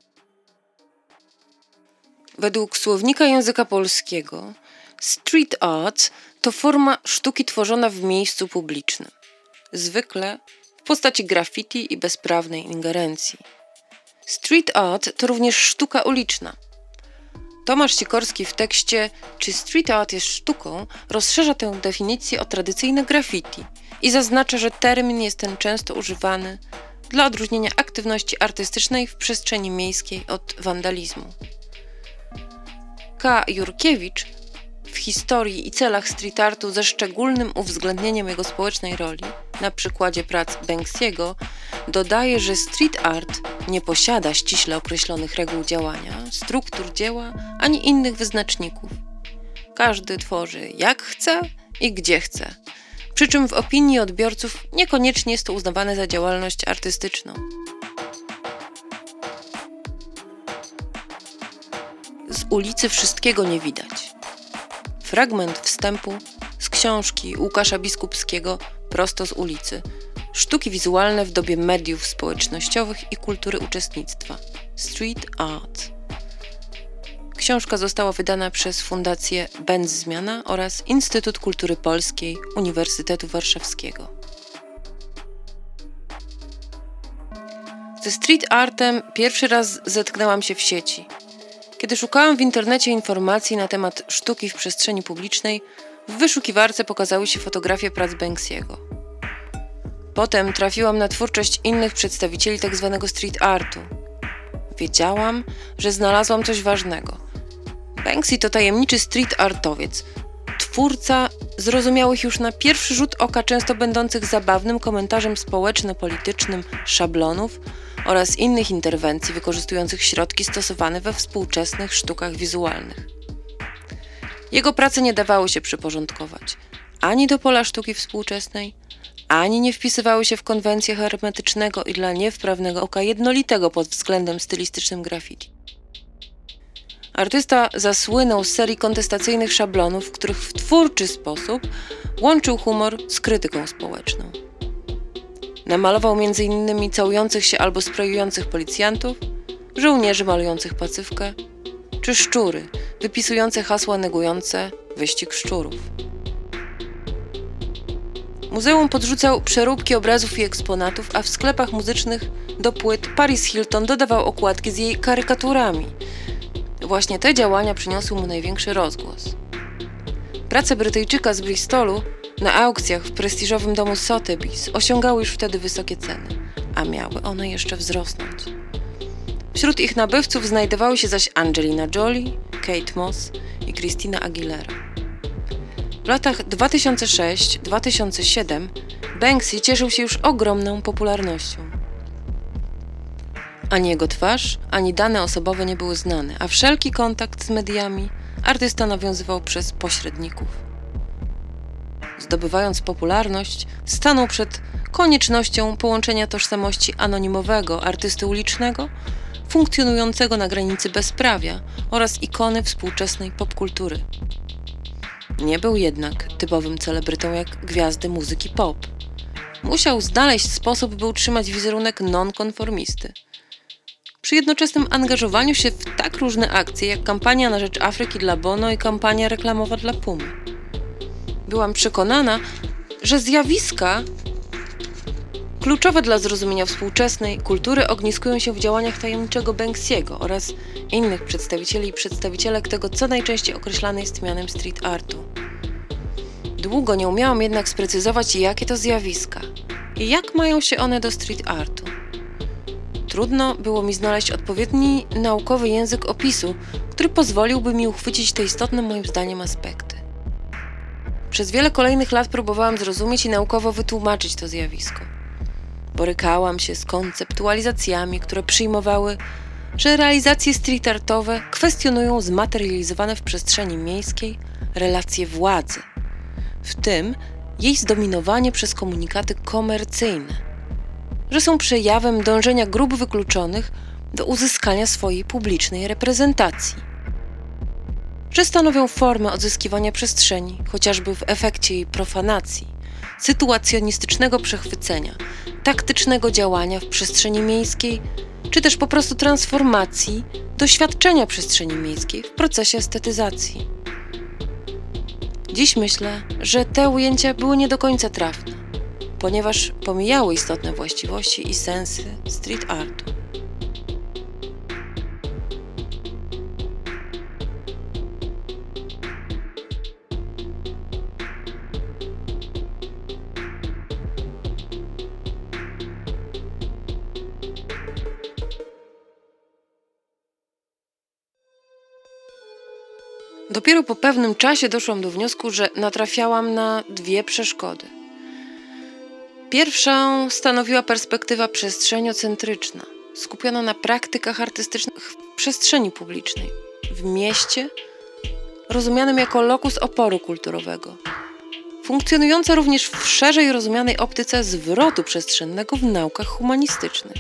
Według słownika języka polskiego street art to forma sztuki tworzona w miejscu publicznym, zwykle w postaci graffiti i bezprawnej ingerencji. Street art to również sztuka uliczna. Tomasz Sikorski w tekście "Czy street art jest sztuką?" rozszerza tę definicję o tradycyjne graffiti i zaznacza, że termin jest ten często używany dla odróżnienia aktywności artystycznej w przestrzeni miejskiej od wandalizmu. K. Jurkiewicz w historii i celach street artu ze szczególnym uwzględnieniem jego społecznej roli, na przykładzie prac Banksy'ego, dodaje, że street art nie posiada ściśle określonych reguł działania, struktur dzieła ani innych wyznaczników. Każdy tworzy jak chce i gdzie chce, przy czym w opinii odbiorców niekoniecznie jest to uznawane za działalność artystyczną. Z ulicy wszystkiego nie widać. Fragment wstępu z książki Łukasza Biskupskiego Prosto z ulicy. Sztuki wizualne w dobie mediów społecznościowych i kultury uczestnictwa. Street Art. Książka została wydana przez Fundację Benz Zmiana oraz Instytut Kultury Polskiej Uniwersytetu Warszawskiego. Ze street artem pierwszy raz zetknęłam się w sieci. Kiedy szukałam w internecie informacji na temat sztuki w przestrzeni publicznej, w wyszukiwarce pokazały się fotografie prac Banksy'ego. Potem trafiłam na twórczość innych przedstawicieli tzw. street artu. Wiedziałam, że znalazłam coś ważnego. Banksy to tajemniczy street artowiec, twórca zrozumiałych już na pierwszy rzut oka często będących zabawnym komentarzem społeczno-politycznym szablonów oraz innych interwencji wykorzystujących środki stosowane we współczesnych sztukach wizualnych. Jego prace nie dawały się przyporządkować ani do pola sztuki współczesnej, ani nie wpisywały się w konwencję hermetycznego i dla niewprawnego oka jednolitego pod względem stylistycznym graffiti. Artysta zasłynął z serii kontestacyjnych szablonów, w których w twórczy sposób łączył humor z krytyką społeczną. Namalował m.in. całujących się albo sprayujących policjantów, żołnierzy malujących pacyfkę, czy szczury wypisujące hasła negujące wyścig szczurów. Muzeum podrzucał przeróbki obrazów i eksponatów, a w sklepach muzycznych do płyt Paris Hilton dodawał okładki z jej karykaturami. Właśnie te działania przyniosły mu największy rozgłos. Prace Brytyjczyka z Bristolu na aukcjach w prestiżowym domu Sotheby's osiągały już wtedy wysokie ceny, a miały one jeszcze wzrosnąć. Wśród ich nabywców znajdowały się zaś Angelina Jolie, Kate Moss i Christina Aguilera. W latach 2006-2007 Banksy cieszył się już ogromną popularnością. Ani jego twarz, ani dane osobowe nie były znane, a wszelki kontakt z mediami artysta nawiązywał przez pośredników. Zdobywając popularność, stanął przed koniecznością połączenia tożsamości anonimowego artysty ulicznego, funkcjonującego na granicy bezprawia oraz ikony współczesnej popkultury. Nie był jednak typowym celebrytą jak gwiazdy muzyki pop. Musiał znaleźć sposób, by utrzymać wizerunek nonkonformisty. Przy jednoczesnym angażowaniu się w tak różne akcje jak kampania na rzecz Afryki dla Bono i kampania reklamowa dla Pumy. Byłam przekonana, że zjawiska kluczowe dla zrozumienia współczesnej kultury ogniskują się w działaniach tajemniczego Banksy'ego oraz innych przedstawicieli i przedstawicielek tego, co najczęściej określane jest mianem street artu. Długo nie umiałam jednak sprecyzować, jakie to zjawiska i jak mają się one do street artu. Trudno było mi znaleźć odpowiedni naukowy język opisu, który pozwoliłby mi uchwycić te istotne moim zdaniem aspekty. Przez wiele kolejnych lat próbowałam zrozumieć i naukowo wytłumaczyć to zjawisko. Borykałam się z konceptualizacjami, które przyjmowały, że realizacje street artowe kwestionują zmaterializowane w przestrzeni miejskiej relacje władzy, w tym jej zdominowanie przez komunikaty komercyjne, że są przejawem dążenia grup wykluczonych do uzyskania swojej publicznej reprezentacji, że stanowią formę odzyskiwania przestrzeni, chociażby w efekcie jej profanacji, sytuacjonistycznego przechwycenia, taktycznego działania w przestrzeni miejskiej, czy też po prostu transformacji doświadczenia przestrzeni miejskiej w procesie estetyzacji. Dziś myślę, że te ujęcia były nie do końca trafne, ponieważ pomijały istotne właściwości i sensy street artu. Dopiero po pewnym czasie doszłam do wniosku, że natrafiałam na dwie przeszkody. Pierwszą stanowiła perspektywa przestrzeniocentryczna, skupiona na praktykach artystycznych w przestrzeni publicznej, w mieście, rozumianym jako lokus oporu kulturowego, funkcjonująca również w szerzej rozumianej optyce zwrotu przestrzennego w naukach humanistycznych.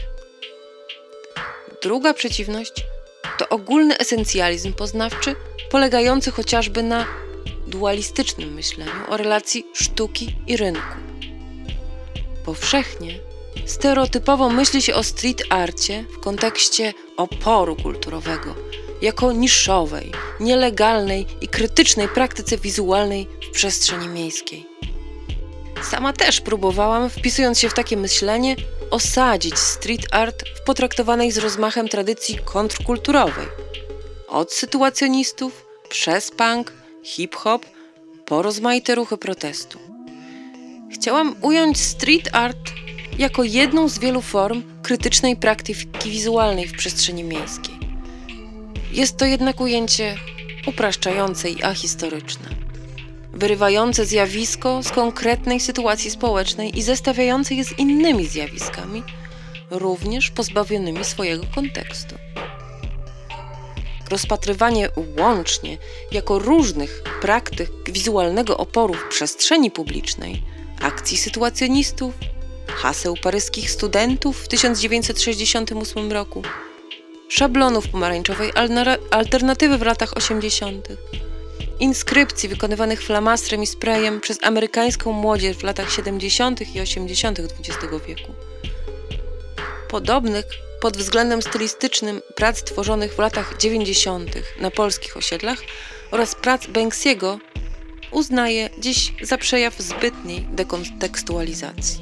Druga przeciwność to ogólny esencjalizm poznawczy, polegający chociażby na dualistycznym myśleniu o relacji sztuki i rynku. Powszechnie, stereotypowo myśli się o street arcie w kontekście oporu kulturowego, jako niszowej, nielegalnej i krytycznej praktyce wizualnej w przestrzeni miejskiej. Sama też próbowałam, wpisując się w takie myślenie, osadzić street art w potraktowanej z rozmachem tradycji kontrkulturowej. Od sytuacjonistów, przez punk, hip-hop, po rozmaite ruchy protestu. Chciałam ująć street art jako jedną z wielu form krytycznej praktyki wizualnej w przestrzeni miejskiej. Jest to jednak ujęcie upraszczające i ahistoryczne, wyrywające zjawisko z konkretnej sytuacji społecznej i zestawiające je z innymi zjawiskami, również pozbawionymi swojego kontekstu. Rozpatrywanie łącznie jako różnych praktyk wizualnego oporu w przestrzeni publicznej, akcji sytuacjonistów, haseł paryskich studentów w 1968 roku, szablonów pomarańczowej alternatywy w latach 80., inskrypcji wykonywanych flamastrem i sprayem przez amerykańską młodzież w latach 70. i 80. XX wieku. Podobnych pod względem stylistycznym prac tworzonych w latach 90. na polskich osiedlach oraz prac Banksy'ego uznaje dziś za przejaw zbytniej dekontekstualizacji.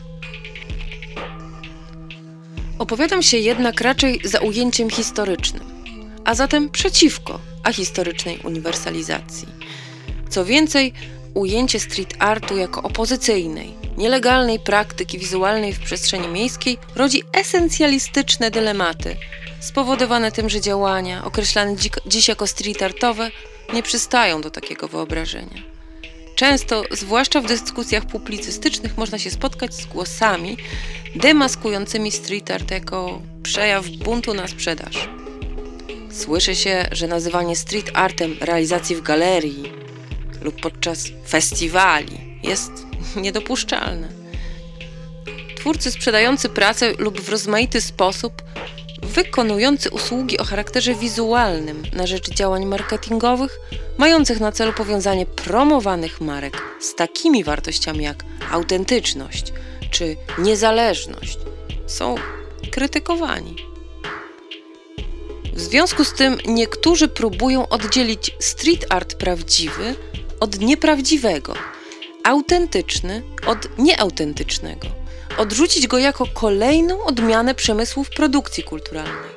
Opowiadam się jednak raczej za ujęciem historycznym, a zatem przeciwko ahistorycznej uniwersalizacji. Co więcej, ujęcie street artu jako opozycyjnej, nielegalnej praktyki wizualnej w przestrzeni miejskiej rodzi esencjalistyczne dylematy, spowodowane tym, że działania określane dziś jako street artowe nie przystają do takiego wyobrażenia. Często, zwłaszcza w dyskusjach publicystycznych, można się spotkać z głosami demaskującymi street art jako przejaw buntu na sprzedaż. Słyszy się, że nazywanie street artem realizacji w galerii lub podczas festiwali jest niedopuszczalne. Twórcy sprzedający pracę lub w rozmaity sposób wykonujący usługi o charakterze wizualnym na rzecz działań marketingowych, mających na celu powiązanie promowanych marek z takimi wartościami jak autentyczność czy niezależność, są krytykowani. W związku z tym niektórzy próbują oddzielić street art prawdziwy od nieprawdziwego, autentyczny od nieautentycznego, odrzucić go jako kolejną odmianę przemysłów produkcji kulturalnej.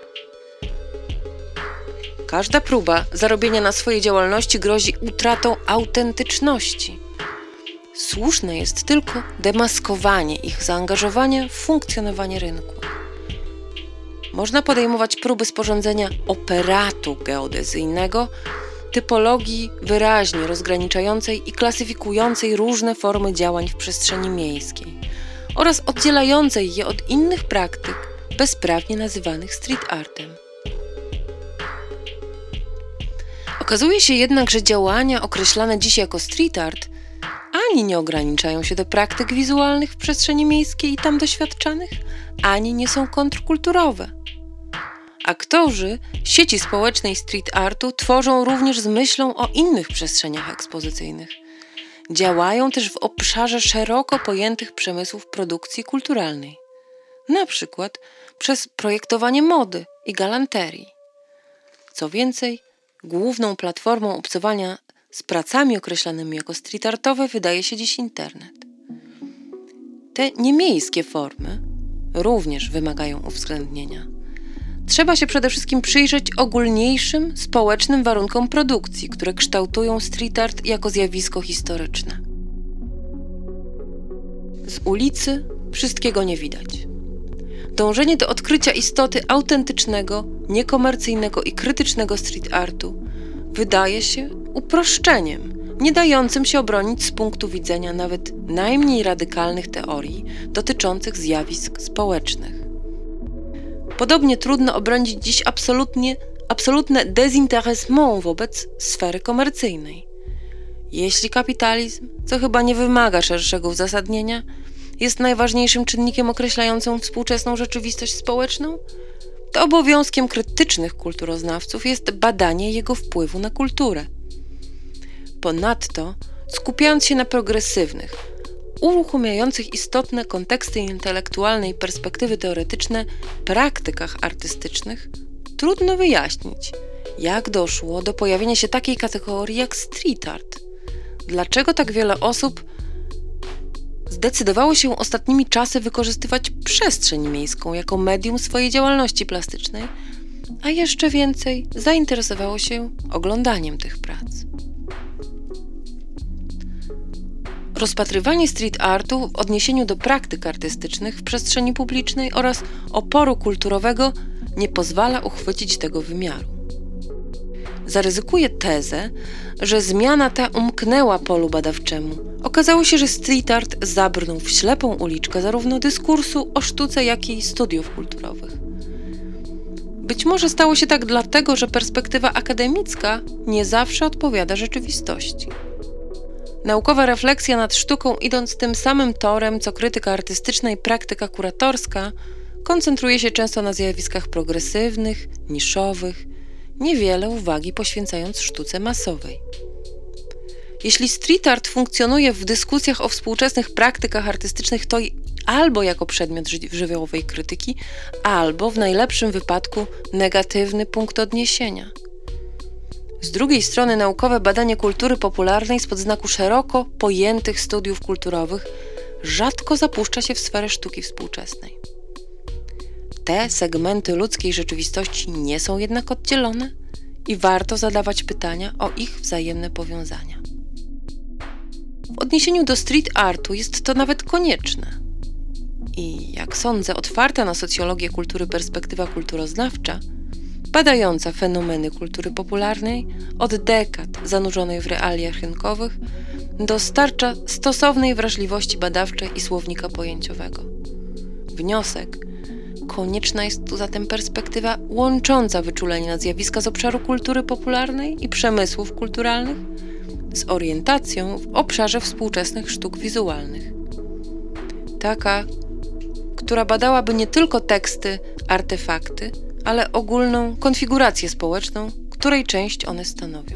Każda próba zarobienia na swojej działalności grozi utratą autentyczności. Słuszne jest tylko demaskowanie ich zaangażowania w funkcjonowanie rynku. Można podejmować próby sporządzenia operatu geodezyjnego, typologii wyraźnie rozgraniczającej i klasyfikującej różne formy działań w przestrzeni miejskiej oraz oddzielającej je od innych praktyk bezprawnie nazywanych street artem. Okazuje się jednak, że działania określane dziś jako street art ani nie ograniczają się do praktyk wizualnych w przestrzeni miejskiej i tam doświadczanych, ani nie są kontrkulturowe. Aktorzy sieci społecznej street artu tworzą również z myślą o innych przestrzeniach ekspozycyjnych. działają też w obszarze szeroko pojętych przemysłów produkcji kulturalnej, na przykład przez projektowanie mody i galanterii. Co więcej, główną platformą obcowania z pracami określanymi jako street artowe wydaje się dziś internet. Te niemiejskie formy również wymagają uwzględnienia. Trzeba się przede wszystkim przyjrzeć ogólniejszym społecznym warunkom produkcji, które kształtują street art jako zjawisko historyczne. Z ulicy wszystkiego nie widać. Dążenie do odkrycia istoty autentycznego, niekomercyjnego i krytycznego street artu wydaje się uproszczeniem, nie dającym się obronić z punktu widzenia nawet najmniej radykalnych teorii dotyczących zjawisk społecznych. Podobnie trudno obronić dziś absolutne désintéressement wobec sfery komercyjnej. Jeśli kapitalizm, co chyba nie wymaga szerszego uzasadnienia, jest najważniejszym czynnikiem określającym współczesną rzeczywistość społeczną, to obowiązkiem krytycznych kulturoznawców jest badanie jego wpływu na kulturę. Ponadto, skupiając się na progresywnych, uruchamiających istotne konteksty intelektualne i perspektywy teoretyczne praktykach artystycznych, trudno wyjaśnić, jak doszło do pojawienia się takiej kategorii jak street art. Dlaczego tak wiele osób zdecydowało się ostatnimi czasy wykorzystywać przestrzeń miejską jako medium swojej działalności plastycznej, a jeszcze więcej zainteresowało się oglądaniem tych prac. Rozpatrywanie street artu w odniesieniu do praktyk artystycznych w przestrzeni publicznej oraz oporu kulturowego nie pozwala uchwycić tego wymiaru. Zaryzykuję tezę, że zmiana ta umknęła polu badawczemu. Okazało się, że street art zabrnął w ślepą uliczkę zarówno dyskursu o sztuce, jak i studiów kulturowych. Być może stało się tak dlatego, że perspektywa akademicka nie zawsze odpowiada rzeczywistości. Naukowa refleksja nad sztuką, idąc tym samym torem, co krytyka artystyczna i praktyka kuratorska, koncentruje się często na zjawiskach progresywnych, niszowych, niewiele uwagi poświęcając sztuce masowej. Jeśli street art funkcjonuje w dyskusjach o współczesnych praktykach artystycznych, to albo jako przedmiot żywiołowej krytyki, albo w najlepszym wypadku negatywny punkt odniesienia. Z drugiej strony naukowe badanie kultury popularnej spod znaku szeroko pojętych studiów kulturowych rzadko zapuszcza się w sferę sztuki współczesnej. Te segmenty ludzkiej rzeczywistości nie są jednak oddzielone i warto zadawać pytania o ich wzajemne powiązania. W odniesieniu do street artu jest to nawet konieczne. I jak sądzę, otwarta na socjologię kultury perspektywa kulturoznawcza, badająca fenomeny kultury popularnej, od dekad zanurzonej w realiach rynkowych, dostarcza stosownej wrażliwości badawczej i słownika pojęciowego. Wniosek: konieczna jest tu zatem perspektywa łącząca wyczulenie na zjawiska z obszaru kultury popularnej i przemysłów kulturalnych z orientacją w obszarze współczesnych sztuk wizualnych. Taka, która badałaby nie tylko teksty, artefakty, ale ogólną konfigurację społeczną, której część one stanowią.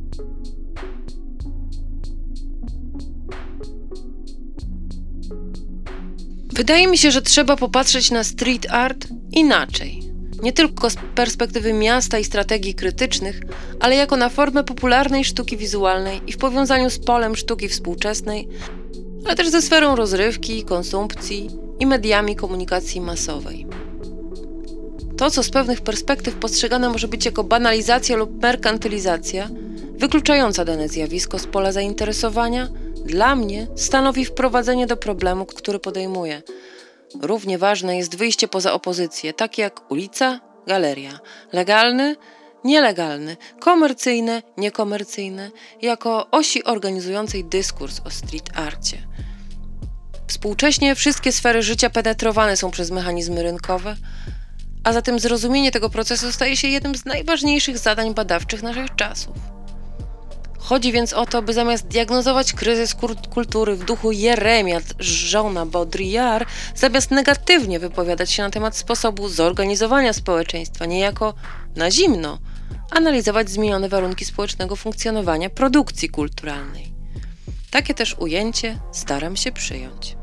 Wydaje mi się, że trzeba popatrzeć na street art inaczej. Nie tylko z perspektywy miasta i strategii krytycznych, ale jako na formę popularnej sztuki wizualnej i w powiązaniu z polem sztuki współczesnej, ale też ze sferą rozrywki, konsumpcji i mediami komunikacji masowej. To, co z pewnych perspektyw postrzegane może być jako banalizacja lub merkantylizacja, wykluczająca dane zjawisko z pola zainteresowania, dla mnie stanowi wprowadzenie do problemu, który podejmuję. Równie ważne jest wyjście poza opozycję, takie jak ulica, galeria, legalny, nielegalny, komercyjne, niekomercyjne, jako osi organizującej dyskurs o street arcie. Współcześnie wszystkie sfery życia penetrowane są przez mechanizmy rynkowe, a zatem zrozumienie tego procesu staje się jednym z najważniejszych zadań badawczych naszych czasów. Chodzi więc o to, by zamiast diagnozować kryzys kultury w duchu Jeremiad Jeana Baudrillard, zamiast negatywnie wypowiadać się na temat sposobu zorganizowania społeczeństwa, niejako na zimno, analizować zmienione warunki społecznego funkcjonowania produkcji kulturalnej. Takie też ujęcie staram się przyjąć.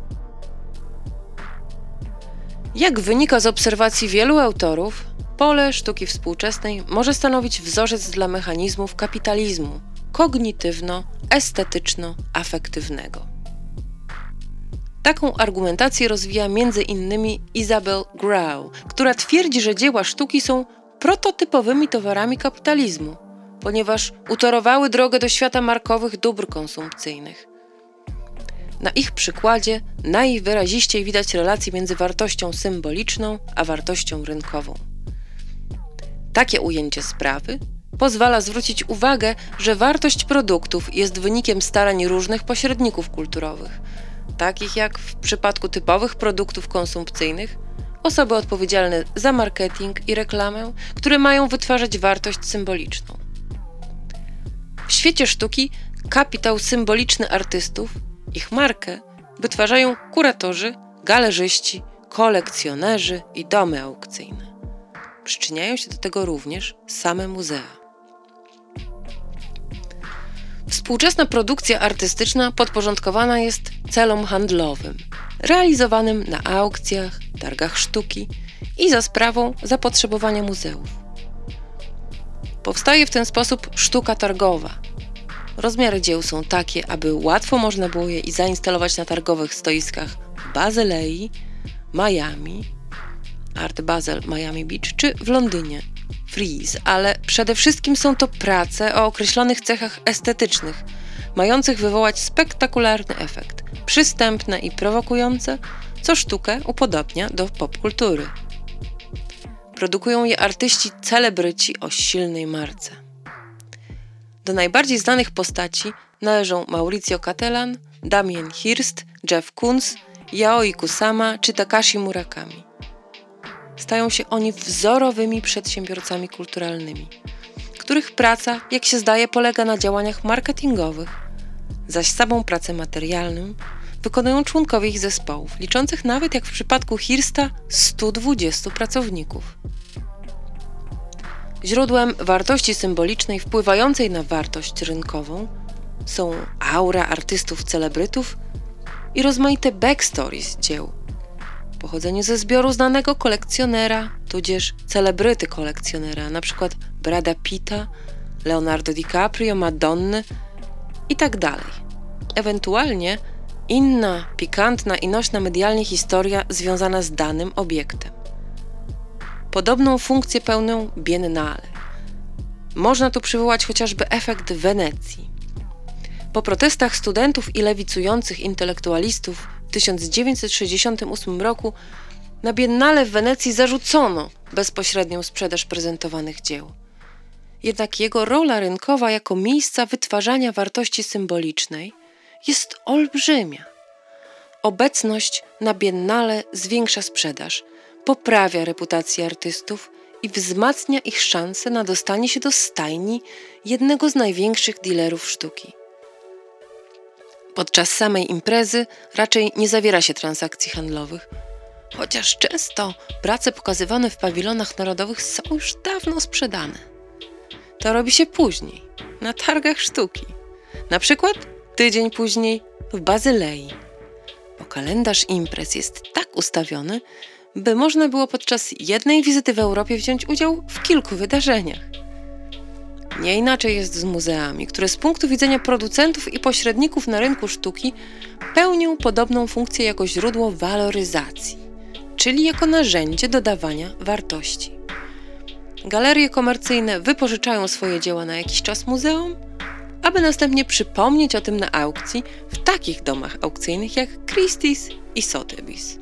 Jak wynika z obserwacji wielu autorów, pole sztuki współczesnej może stanowić wzorzec dla mechanizmów kapitalizmu kognitywno-estetyczno-afektywnego. Taką argumentację rozwija m.in. Isabel Grau, która twierdzi, że dzieła sztuki są prototypowymi towarami kapitalizmu, ponieważ utorowały drogę do świata markowych dóbr konsumpcyjnych. Na ich przykładzie najwyraziściej widać relację między wartością symboliczną a wartością rynkową. Takie ujęcie sprawy pozwala zwrócić uwagę, że wartość produktów jest wynikiem starań różnych pośredników kulturowych, takich jak w przypadku typowych produktów konsumpcyjnych, osoby odpowiedzialne za marketing i reklamę, które mają wytwarzać wartość symboliczną. W świecie sztuki kapitał symboliczny artystów, ich markę, wytwarzają kuratorzy, galerzyści, kolekcjonerzy i domy aukcyjne. Przyczyniają się do tego również same muzea. Współczesna produkcja artystyczna podporządkowana jest celom handlowym, realizowanym na aukcjach, targach sztuki i za sprawą zapotrzebowania muzeów. Powstaje w ten sposób sztuka targowa. Rozmiary dzieł są takie, aby łatwo można było je zainstalować na targowych stoiskach w Bazylei, Miami, Art Basel, Miami Beach czy w Londynie, Frieze, ale przede wszystkim są to prace o określonych cechach estetycznych, mających wywołać spektakularny efekt, przystępne i prowokujące, co sztukę upodobnia do popkultury. Produkują je artyści celebryci o silnej marce. Do najbardziej znanych postaci należą Maurizio Cattelan, Damien Hirst, Jeff Koons, Yayoi Kusama czy Takashi Murakami. Stają się oni wzorowymi przedsiębiorcami kulturalnymi, których praca, jak się zdaje, polega na działaniach marketingowych, zaś samą pracę materialną wykonują członkowie ich zespołów, liczących nawet, jak w przypadku Hirsta, 120 pracowników. Źródłem wartości symbolicznej wpływającej na wartość rynkową są aura artystów celebrytów i rozmaite backstories dzieł, pochodzenie ze zbioru znanego kolekcjonera, tudzież celebryty kolekcjonera, np. Brada Pitta, Leonardo DiCaprio, Madonny itd. Ewentualnie inna, pikantna i nośna medialnie historia związana z danym obiektem. Podobną funkcję pełnią biennale. Można tu przywołać chociażby efekt Wenecji. Po protestach studentów i lewicujących intelektualistów w 1968 roku na biennale w Wenecji zarzucono bezpośrednią sprzedaż prezentowanych dzieł. Jednak jego rola rynkowa jako miejsca wytwarzania wartości symbolicznej jest olbrzymia. Obecność na biennale zwiększa sprzedaż, poprawia reputację artystów i wzmacnia ich szanse na dostanie się do stajni jednego z największych dealerów sztuki. Podczas samej imprezy raczej nie zawiera się transakcji handlowych, chociaż często prace pokazywane w pawilonach narodowych są już dawno sprzedane. To robi się później, na targach sztuki, na przykład tydzień później w Bazylei, bo kalendarz imprez jest tak ustawiony, by można było podczas jednej wizyty w Europie wziąć udział w kilku wydarzeniach. Nie inaczej jest z muzeami, które z punktu widzenia producentów i pośredników na rynku sztuki pełnią podobną funkcję jako źródło waloryzacji, czyli jako narzędzie dodawania wartości. Galerie komercyjne wypożyczają swoje dzieła na jakiś czas muzeum, aby następnie przypomnieć o tym na aukcji w takich domach aukcyjnych jak Christie's i Sotheby's.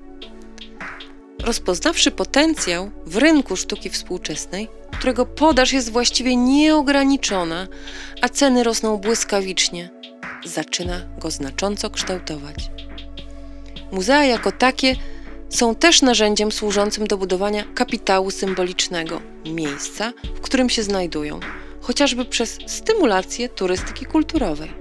Rozpoznawszy potencjał w rynku sztuki współczesnej, którego podaż jest właściwie nieograniczona, a ceny rosną błyskawicznie, zaczyna go znacząco kształtować. Muzea jako takie są też narzędziem służącym do budowania kapitału symbolicznego, miejsca, w którym się znajdują, chociażby przez stymulację turystyki kulturowej.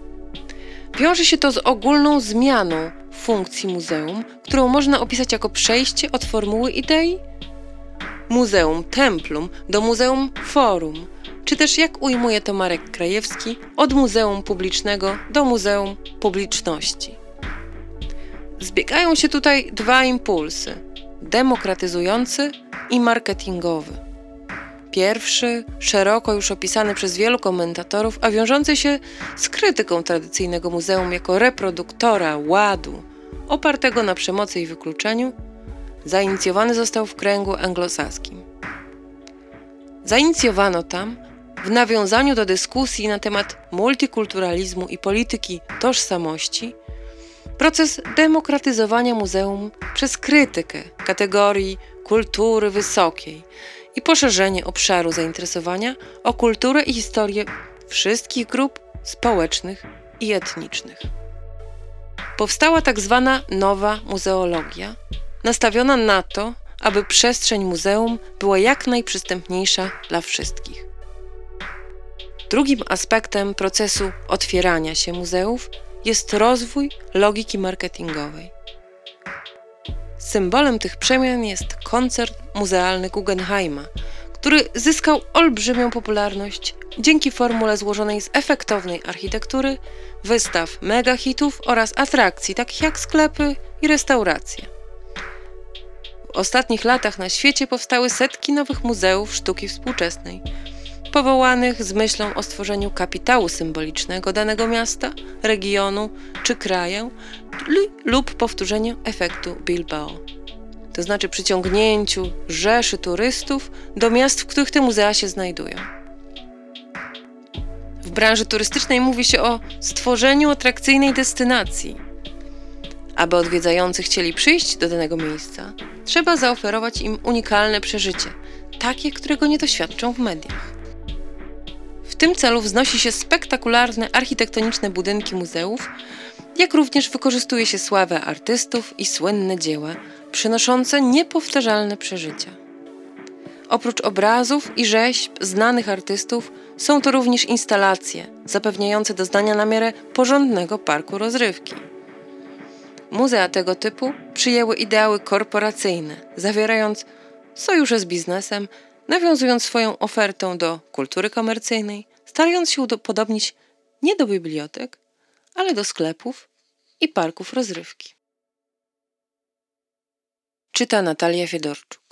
Wiąże się to z ogólną zmianą funkcji muzeum, którą można opisać jako przejście od formuły idei muzeum templum do muzeum forum, czy też jak ujmuje to Marek Krajewski, od muzeum publicznego do muzeum publiczności. Zbiegają się tutaj dwa impulsy: demokratyzujący i marketingowy. Pierwszy, szeroko już opisany przez wielu komentatorów, a wiążący się z krytyką tradycyjnego muzeum jako reproduktora ładu opartego na przemocy i wykluczeniu, zainicjowany został w kręgu anglosaskim. Zainicjowano tam, w nawiązaniu do dyskusji na temat multikulturalizmu i polityki tożsamości, proces demokratyzowania muzeum przez krytykę kategorii kultury wysokiej i poszerzenie obszaru zainteresowania o kulturę i historię wszystkich grup społecznych i etnicznych. Powstała tak zwana nowa muzeologia, nastawiona na to, aby przestrzeń muzeum była jak najprzystępniejsza dla wszystkich. Drugim aspektem procesu otwierania się muzeów jest rozwój logiki marketingowej. Symbolem tych przemian jest koncert muzealny Guggenheima, który zyskał olbrzymią popularność dzięki formule złożonej z efektownej architektury, wystaw megahitów oraz atrakcji takich jak sklepy i restauracje. W ostatnich latach na świecie powstały setki nowych muzeów sztuki współczesnej, powołanych z myślą o stworzeniu kapitału symbolicznego danego miasta, regionu czy kraju lub powtórzeniu efektu Bilbao. To znaczy przyciągnięciu rzeszy turystów do miast, w których te muzea się znajdują. W branży turystycznej mówi się o stworzeniu atrakcyjnej destynacji. Aby odwiedzający chcieli przyjść do danego miejsca, trzeba zaoferować im unikalne przeżycie, takie, którego nie doświadczą w mediach. W tym celu wznosi się spektakularne architektoniczne budynki muzeów, jak również wykorzystuje się sławę artystów i słynne dzieła, przynoszące niepowtarzalne przeżycia. Oprócz obrazów i rzeźb znanych artystów są to również instalacje zapewniające doznania na miarę porządnego parku rozrywki. Muzea tego typu przyjęły ideały korporacyjne, zawierając sojusze z biznesem, nawiązując swoją ofertę do kultury komercyjnej, starając się upodobnić nie do bibliotek, ale do sklepów i parków rozrywki. Czyta Natalia Fiedorczuk.